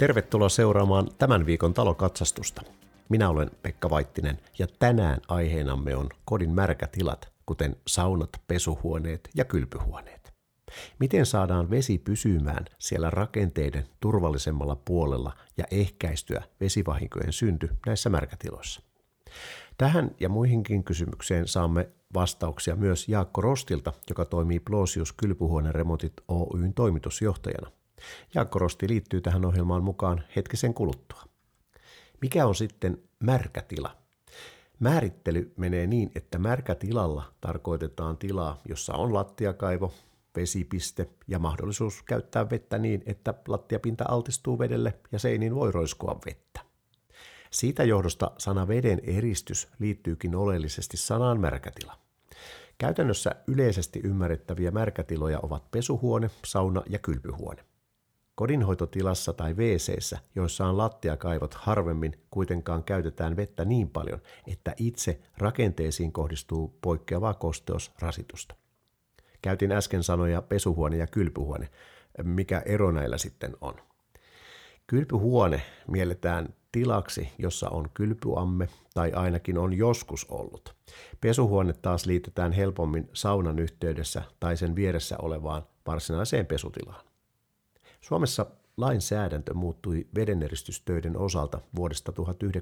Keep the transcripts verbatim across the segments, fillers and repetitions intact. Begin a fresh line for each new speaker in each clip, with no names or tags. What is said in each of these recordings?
Tervetuloa seuraamaan tämän viikon talokatsastusta. Minä olen Pekka Vaittinen ja tänään aiheenamme on kodin märkätilat, kuten saunat, pesuhuoneet ja kylpyhuoneet. Miten saadaan vesi pysymään siellä rakenteiden turvallisemmalla puolella ja ehkäistyä vesivahinkojen synty näissä märkätiloissa? Tähän ja muihinkin kysymykseen saamme vastauksia myös Jaakko Rostilta, joka toimii Plosius Kylpyhuoneremontit Oy:n toimitusjohtajana. Jaakko Rosti liittyy tähän ohjelmaan mukaan hetkisen kuluttua. Mikä on sitten märkätila? Määrittely menee niin, että märkätilalla tarkoitetaan tilaa, jossa on lattiakaivo, vesipiste ja mahdollisuus käyttää vettä niin, että lattiapinta altistuu vedelle ja seiniin voi roiskua vettä. Siitä johdosta sana veden eristys liittyykin oleellisesti sanaan märkätila. Käytännössä yleisesti ymmärrettäviä märkätiloja ovat pesuhuone, sauna ja kylpyhuone. Kodinhoitotilassa tai WC:ssä, joissa on lattiakaivot, harvemmin kuitenkaan käytetään vettä niin paljon, että itse rakenteisiin kohdistuu poikkeavaa kosteusrasitusta. Käytin äsken sanoja pesuhuone ja kylpyhuone. Mikä ero näillä sitten on? Kylpyhuone mielletään tilaksi, jossa on kylpyamme tai ainakin on joskus ollut. Pesuhuone taas liitetään helpommin saunan yhteydessä tai sen vieressä olevaan varsinaiseen pesutilaan. Suomessa lainsäädäntö muuttui vedeneristystöiden osalta vuodesta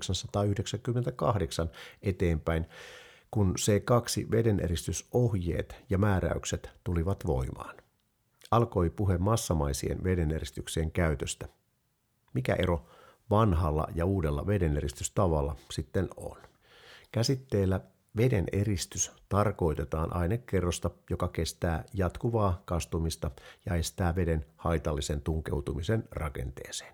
tuhatyhdeksänsataayhdeksänkymmentäkahdeksan eteenpäin, kun C kaksi vedeneristysohjeet ja määräykset tulivat voimaan. Alkoi puhe massamaisien vedeneristyksien käytöstä. Mikä ero vanhalla ja uudella vedeneristystavalla sitten on? Käsitteellä veden eristys tarkoitetaan ainekerrosta, joka kestää jatkuvaa kastumista ja estää veden haitallisen tunkeutumisen rakenteeseen.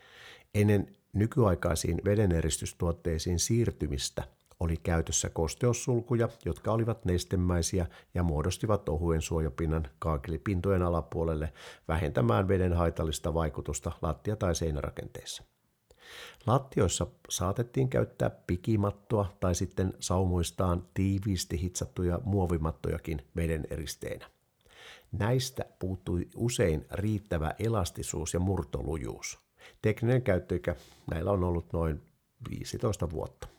Ennen nykyaikaisiin vedeneristystuotteisiin siirtymistä oli käytössä kosteussulkuja, jotka olivat nestemäisiä ja muodostivat ohuen suojapinnan kaakelipintojen alapuolelle vähentämään veden haitallista vaikutusta lattia- tai seinärakenteissa. Lattioissa saatettiin käyttää pikimattoa tai sitten saumoistaan tiiviisti hitsattuja muovimattojakin veden eristeenä. Näistä puuttui usein riittävä elastisuus ja murtolujuus. Tekninen käyttöikä näillä on ollut noin viisitoista vuotta.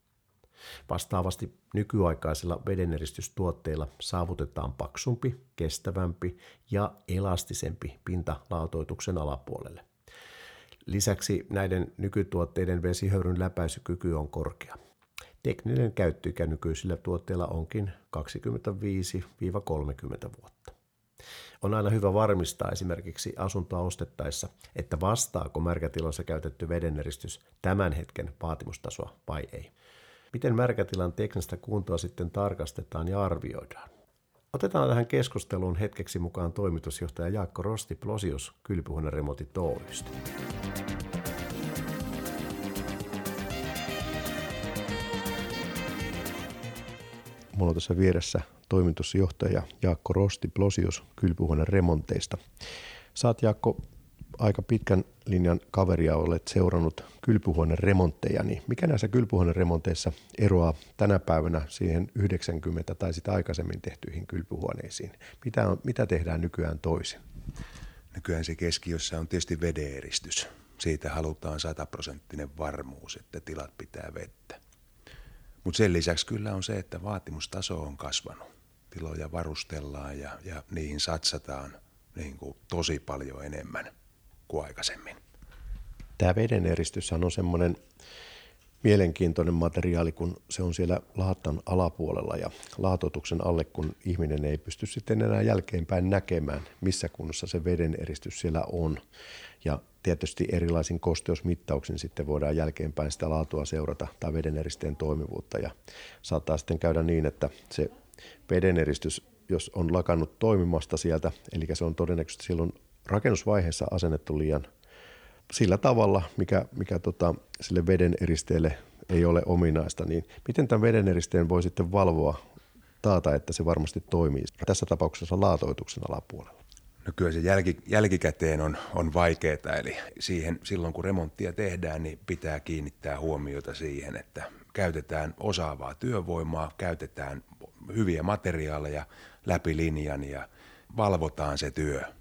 Vastaavasti nykyaikaisilla vedeneristystuotteilla saavutetaan paksumpi, kestävämpi ja elastisempi pinta laatoituksen alapuolelle. Lisäksi näiden nykytuotteiden vesihöyryn läpäisykyky on korkea. Tekninen käyttöikä nykyisillä tuotteilla onkin kaksikymmentäviisi kolmekymmentä vuotta. On aina hyvä varmistaa esimerkiksi asuntoa ostettaessa, että vastaako märkätilassa käytetty vedeneristys tämän hetken vaatimustasoa vai ei. Miten märkätilan teknistä kuntoa sitten tarkastetaan ja arvioidaan? Otetaan tähän keskusteluun hetkeksi mukaan toimitusjohtaja Jaakko Rosti Plosius Kylpyhuoneremontit Oy:stä. Mulla on tässä vieressä toimitusjohtaja Jaakko Rosti Plosius Kylpyhuoneremonteista. Sä oot, Jaakko, aika pitkän linjan kaveria, olet seurannut kylpyhuoneremontteja, niin mikä näissä kylpyhuoneremonteissa eroaa tänä päivänä siihen yhdeksänkymmentä tai sitä aikaisemmin tehtyihin kylpyhuoneisiin? Mitä, on, mitä tehdään nykyään toisin?
Nykyään se keskiössä on tietysti vedeneristys. Siitä halutaan sataprosenttinen varmuus, että tilat pitää vettä. Mutta sen lisäksi kyllä on se, että vaatimustaso on kasvanut. Tiloja varustellaan ja, ja niihin satsataan niin kuin tosi paljon enemmän kuin aikaisemmin.
Tämä vedeneristys on semmoinen mielenkiintoinen materiaali, kun se on siellä laattan alapuolella ja laatoituksen alle, kun ihminen ei pysty sitten enää jälkeenpäin näkemään, missä kunnossa se vedeneristys siellä on. Ja tietysti erilaisin kosteusmittauksin sitten voidaan jälkeenpäin sitä laatua seurata tai vedeneristeen toimivuutta. Ja saattaa sitten käydä niin, että se vedeneristys, jos on lakannut toimimasta sieltä, eli se on todennäköisesti silloin rakennusvaiheessa asennettu liian sillä tavalla, mikä, mikä tota, sille vedeneristeelle ei ole ominaista, niin miten tämän vedeneristeen voi sitten valvoa, taata, että se varmasti toimii tässä tapauksessa laatoituksen alapuolella?
No kyllä se jälki, jälkikäteen on, on vaikeaa, eli siihen, silloin kun remonttia tehdään, niin pitää kiinnittää huomiota siihen, että käytetään osaavaa työvoimaa, käytetään hyviä materiaaleja läpi linjan ja valvotaan se työ.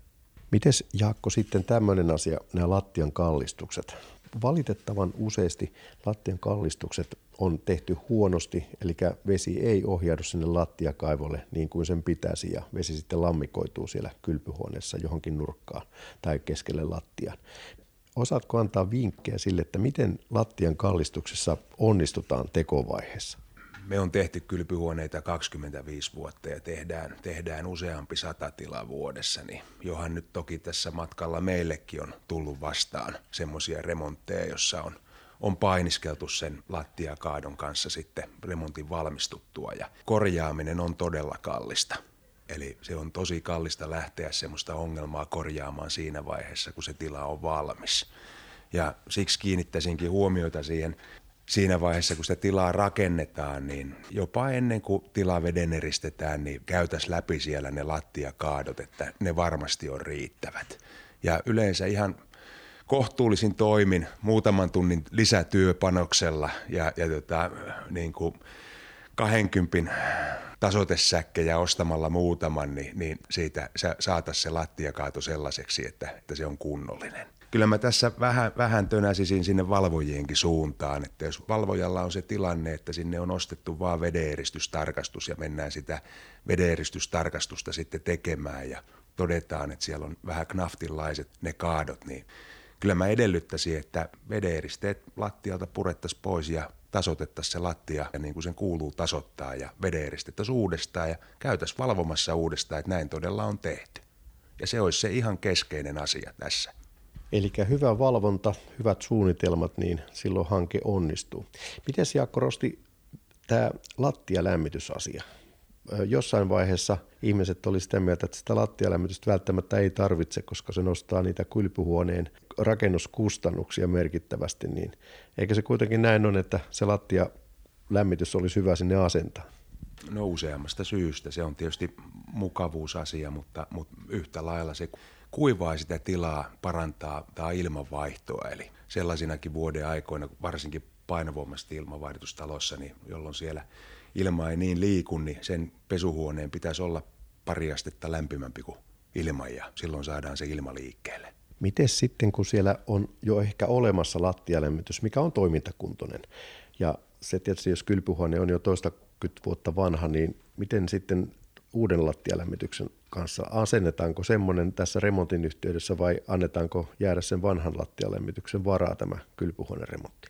Mites Jaakko sitten tämmöinen asia, nämä lattian kallistukset? Valitettavan useasti lattian kallistukset on tehty huonosti, eli vesi ei ohjaudu sinne lattiakaivolle niin kuin sen pitäisi ja vesi sitten lammikoituu siellä kylpyhuoneessa johonkin nurkkaan tai keskelle lattiaan. Osaatko antaa vinkkejä sille, että miten lattian kallistuksessa onnistutaan tekovaiheessa?
Me on tehty kylpyhuoneita kaksikymmentäviisi vuotta ja tehdään, tehdään useampi sata tilaa vuodessa, niin johan nyt toki tässä matkalla meillekin on tullut vastaan semmoisia remontteja, jossa on, on painiskeltu sen lattiakaadon kanssa sitten remontin valmistuttua ja korjaaminen on todella kallista. Eli se on tosi kallista lähteä semmoista ongelmaa korjaamaan siinä vaiheessa, kun se tila on valmis. Ja siksi kiinnittäisinkin huomiota siihen siinä vaiheessa, kun sitä tilaa rakennetaan, niin jopa ennen kuin tila vedeneristetään, niin käytäisiin läpi siellä ne lattiakaadot, että ne varmasti on riittävät. Ja yleensä ihan kohtuullisin toimin muutaman tunnin lisätyöpanoksella ja, ja tota, niin kuin kahdenkympin tasoitesäkkejä ostamalla muutaman, niin, niin siitä saataisiin se lattiakaato sellaiseksi, että, että se on kunnollinen. Kyllä mä tässä vähän, vähän tönäsisin sinne valvojienkin suuntaan, että jos valvojalla on se tilanne, että sinne on ostettu vaan vedeneristystarkastus ja mennään sitä vedeneristystarkastusta sitten tekemään ja todetaan, että siellä on vähän knaftinlaiset ne kaadot, niin kyllä mä edellyttäisin, että vedeeristeet lattialta purettaisiin pois ja tasoitettaisiin se lattia ja niin kuin sen kuuluu tasoittaa ja vedeeristettäisiin uudestaan ja käytäisiin valvomassa uudestaan, että näin todella on tehty. Ja se olisi se ihan keskeinen asia tässä.
Eli hyvä valvonta, hyvät suunnitelmat, niin silloin hanke onnistuu. Mites Jaakko Rosti, tämä lattialämmitysasia? Jossain vaiheessa ihmiset oli sitä mieltä, että sitä lattialämmitystä välttämättä ei tarvitse, koska se nostaa niitä kylpyhuoneen rakennuskustannuksia merkittävästi. Niin eikö se kuitenkin näin ole, että se lattialämmitys olisi hyvä sinne asentaa?
No useammasta syystä. Se on tietysti mukavuusasia, mutta, mutta yhtä lailla se kuivaa sitä tilaa, parantaa tämä ilmanvaihtoa. Eli sellaisinakin vuoden aikoina, varsinkin painovoimaisesti ilmanvaihdutustalossa, niin jolloin siellä ilma ei niin liiku, niin sen pesuhuoneen pitäisi olla pari astetta lämpimämpi kuin ilma ja silloin saadaan se ilma liikkeelle.
Miten sitten, kun siellä on jo ehkä olemassa lattialämmitys, mikä on toimintakuntoinen ja se tietysti, jos kylpyhuone on jo toistakymmentä vuotta vanha, niin miten sitten uuden lattialämmityksen kanssa asennetaanko semmoinen tässä remontin yhteydessä vai annetaanko jäädä sen vanhan lattialämmityksen varaa tämä kylpyhuoneremontti?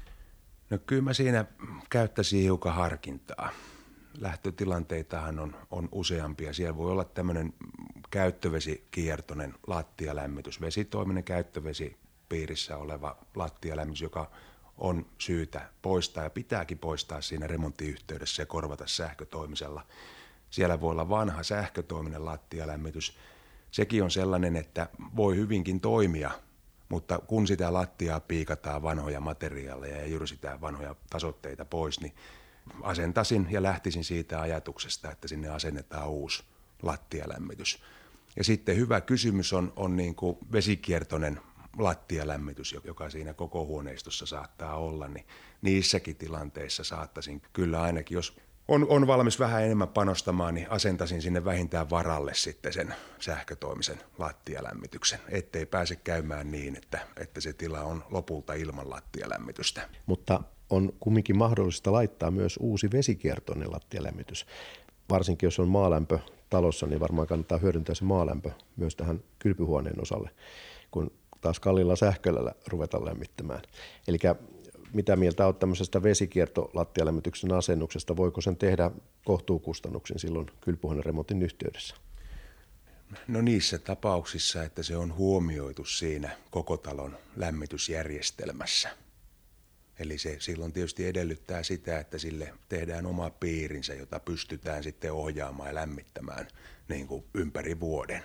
No kyllä mä siinä käyttäisin hiukan harkintaa. Lähtötilanteitahan on, on useampia. Siellä voi olla tämmöinen käyttövesikiertoinen lattialämmitys, vesitoiminen käyttövesi piirissä oleva lattialämmitys, joka on syytä poistaa ja pitääkin poistaa siinä remonttiyhteydessä ja korvata sähkötoimisella. Siellä voi olla vanha sähkötoiminen lattialämmitys. Sekin on sellainen, että voi hyvinkin toimia, mutta kun sitä lattiaa piikataan vanhoja materiaaleja ja jyrsitään vanhoja tasoitteita pois, niin asentaisin ja lähtisin siitä ajatuksesta, että sinne asennetaan uusi lattialämmitys. Ja sitten hyvä kysymys on, on niin kuin vesikiertoinen lattialämmitys, joka siinä koko huoneistossa saattaa olla, niin niissäkin tilanteissa saattaisin kyllä ainakin, jos on, on valmis vähän enemmän panostamaan, niin asentaisin sinne vähintään varalle sitten sen sähkötoimisen lattialämmityksen, ettei pääse käymään niin, että, että se tila on lopulta ilman lattialämmitystä.
Mutta on kumminkin mahdollista laittaa myös uusi vesikiertoinen lattialämmitys. Varsinkin jos on maalämpö talossa, niin varmaan kannattaa hyödyntää se maalämpö myös tähän kylpyhuoneen osalle, kun taas kalliilla sähköllä ruveta lämmittämään. Eli mitä mieltä olet tämmöisestä vesikiertolattialämmityksen asennuksesta? Voiko sen tehdä kohtuukustannuksin silloin kylpyhuoneremontin yhteydessä?
No niissä tapauksissa, että se on huomioitu siinä koko talon lämmitysjärjestelmässä. Eli se silloin tietysti edellyttää sitä, että sille tehdään oma piirinsä, jota pystytään sitten ohjaamaan ja lämmittämään niin kuin ympäri vuoden.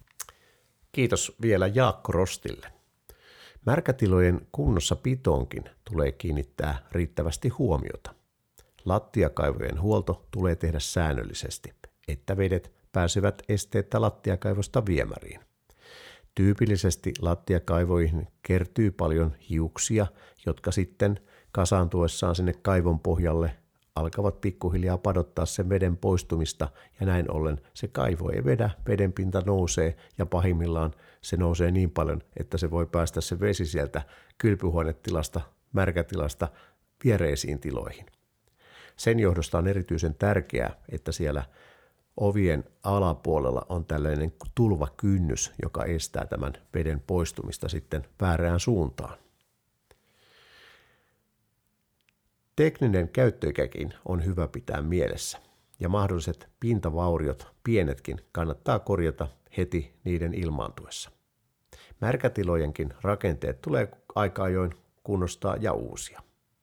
Kiitos vielä Jaakko Rostille. Märkätilojen kunnossapitoonkin tulee kiinnittää riittävästi huomiota. Lattiakaivojen huolto tulee tehdä säännöllisesti, että vedet pääsevät esteettä lattiakaivosta viemäriin. Tyypillisesti lattiakaivoihin kertyy paljon hiuksia, jotka sitten kasaantuessaan sinne kaivon pohjalle alkavat pikkuhiljaa padottaa sen veden poistumista ja näin ollen se kaivo ei vedä, vedenpinta nousee ja pahimmillaan se nousee niin paljon, että se voi päästä se vesi sieltä kylpyhuonetilasta, märkätilasta viereisiin tiloihin. Sen johdosta on erityisen tärkeää, että siellä ovien alapuolella on tällainen tulvakynnys, joka estää tämän veden poistumista sitten väärään suuntaan. Tekninen käyttöikäkin on hyvä pitää mielessä ja mahdolliset pintavauriot, pienetkin, kannattaa korjata heti niiden ilmaantuessa. Märkätilojenkin rakenteet tulee aika ajoin kunnostaa ja uusia.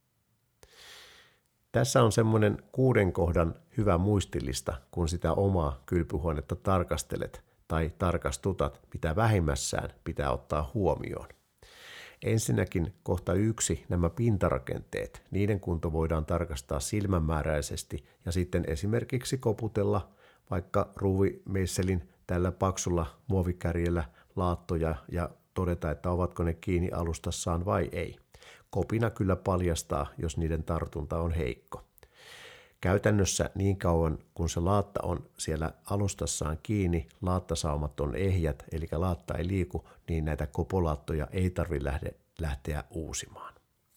Tässä on semmoinen kuuden kohdan hyvä muistilista, kun sitä omaa kylpyhuonetta tarkastelet tai tarkastutat, mitä vähimmässään pitää ottaa huomioon. Ensinnäkin kohta yksi nämä pintarakenteet, niiden kunto voidaan tarkastaa silmänmääräisesti ja sitten esimerkiksi koputella vaikka ruuvimeisselin tällä paksulla muovikärjellä laattoja ja todeta, että ovatko ne kiinni alustassaan vai ei. Kopina kyllä paljastaa, jos niiden tartunta on heikko. Käytännössä niin kauan, kun se laatta on siellä alustassaan kiinni, laattasaumat on ehjät, eli laatta ei liiku, niin näitä kopolaattoja ei tarvitse lähteä uusimaan.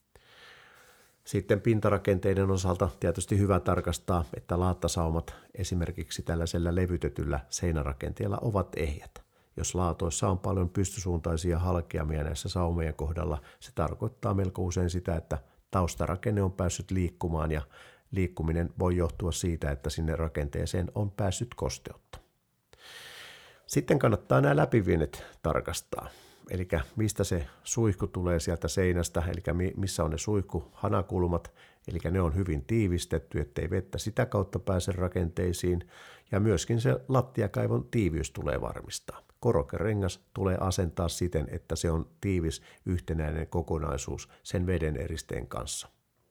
Sitten pintarakenteiden osalta tietysti hyvä tarkastaa, että laattasaumat esimerkiksi tällaisella levytetyllä seinärakenteella ovat ehjät. Jos laatoissa on paljon pystysuuntaisia halkeamia näissä saumojen kohdalla, se tarkoittaa melko usein sitä, että taustarakenne on päässyt liikkumaan ja liikkuminen voi johtua siitä, että sinne rakenteeseen on päässyt kosteutta. Sitten kannattaa nämä läpivienet tarkastaa, eli mistä se suihku tulee sieltä seinästä, eli missä on ne suihkuhanakulmat, eli ne on hyvin tiivistetty, ettei vettä sitä kautta pääse rakenteisiin, ja myöskin se lattiakaivon tiiviys tulee varmistaa. Korokerengas tulee asentaa siten, että se on tiivis yhtenäinen kokonaisuus sen veden eristeen kanssa.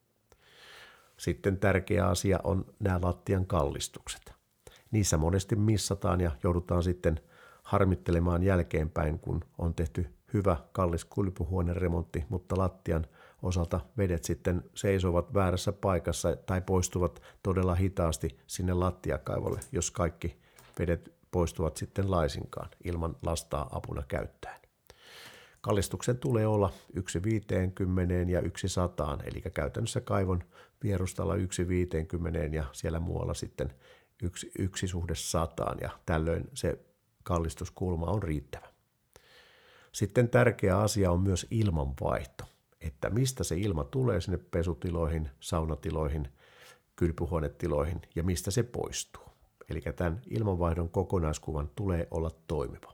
Sitten tärkeä asia on nämä lattian kallistukset. Niissä monesti missataan ja joudutaan sitten harmittelemaan jälkeenpäin, kun on tehty hyvä kallis kylpyhuoneremontti, mutta lattian osalta vedet sitten seisovat väärässä paikassa tai poistuvat todella hitaasti sinne lattiakaivolle, jos kaikki vedet poistuvat sitten laisinkaan ilman lastaa apuna käyttäen. Kallistuksen tulee olla yksi viiteenkymmeneen ja yksi sataan, eli käytännössä kaivon vierustalla yksi viiteenkymmeneen ja siellä muualla sitten yksi, yksi suhde sataan, ja tällöin se kallistuskulma on riittävä. Sitten tärkeä asia on myös ilmanvaihto, että mistä se ilma tulee sinne pesutiloihin, saunatiloihin, kylpyhuonetiloihin ja mistä se poistuu. Eli tämän ilmanvaihdon kokonaiskuvan tulee olla toimiva.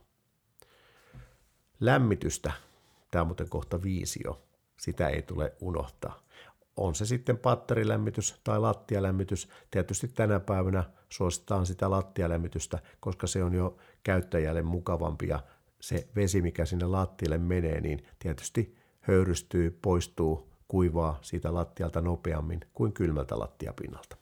Lämmitystä, tämä on muuten kohta viisi jo, sitä ei tule unohtaa. On se sitten patterilämmitys tai lattialämmitys. Tietysti tänä päivänä suositaan sitä lattialämmitystä, koska se on jo käyttäjälle mukavampi ja se vesi, mikä sinne lattialle menee, niin tietysti höyrystyy, poistuu, kuivaa siitä lattialta nopeammin kuin kylmältä lattiapinnalta.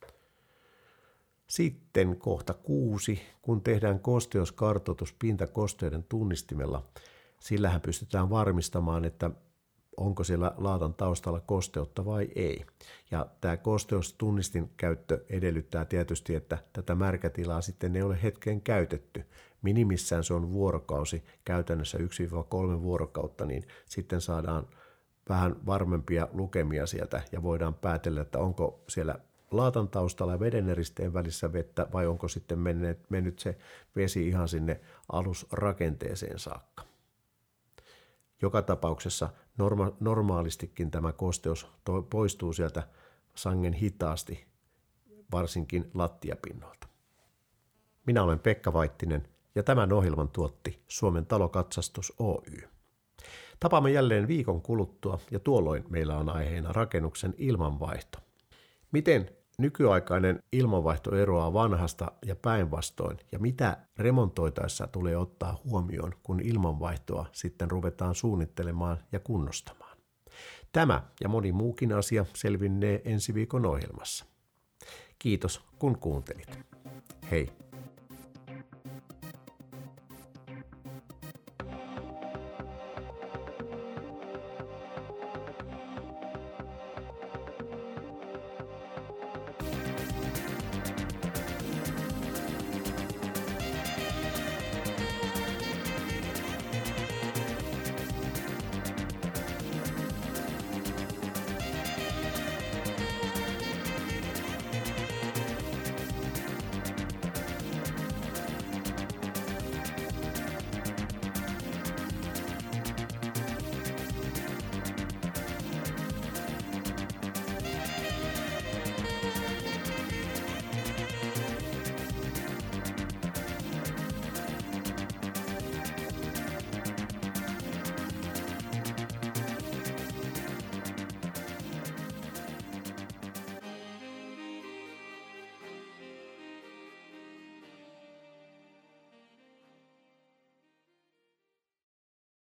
Sitten kohta kuusi, kun tehdään kosteuskartoitus pintakosteuden tunnistimella, sillähän pystytään varmistamaan, että onko siellä laatan taustalla kosteutta vai ei. Ja tämä kosteustunnistin käyttö edellyttää tietysti, että tätä märkätilaa sitten ei ole hetkeen käytetty. Minimissään se on vuorokausi, käytännössä yksi kolme vuorokautta, niin sitten saadaan vähän varmempia lukemia sieltä ja voidaan päätellä, että onko siellä laatan taustalla ja vedeneristeen välissä vettä vai onko sitten mennyt, mennyt se vesi ihan sinne alusrakenteeseen saakka. Joka tapauksessa norma- normaalistikin tämä kosteus to- poistuu sieltä sangen hitaasti, varsinkin lattiapinnoilta. Minä olen Pekka Vaittinen ja tämän ohjelman tuotti Suomen Talokatsastus Oy. Tapaamme jälleen viikon kuluttua ja tuolloin meillä on aiheena rakennuksen ilmanvaihto. Miten nykyaikainen ilmanvaihto eroaa vanhasta ja päinvastoin, ja mitä remontoitaessa tulee ottaa huomioon, kun ilmanvaihtoa sitten ruvetaan suunnittelemaan ja kunnostamaan. Tämä ja moni muukin asia selvinnee ensi viikon ohjelmassa. Kiitos kun kuuntelit. Hei!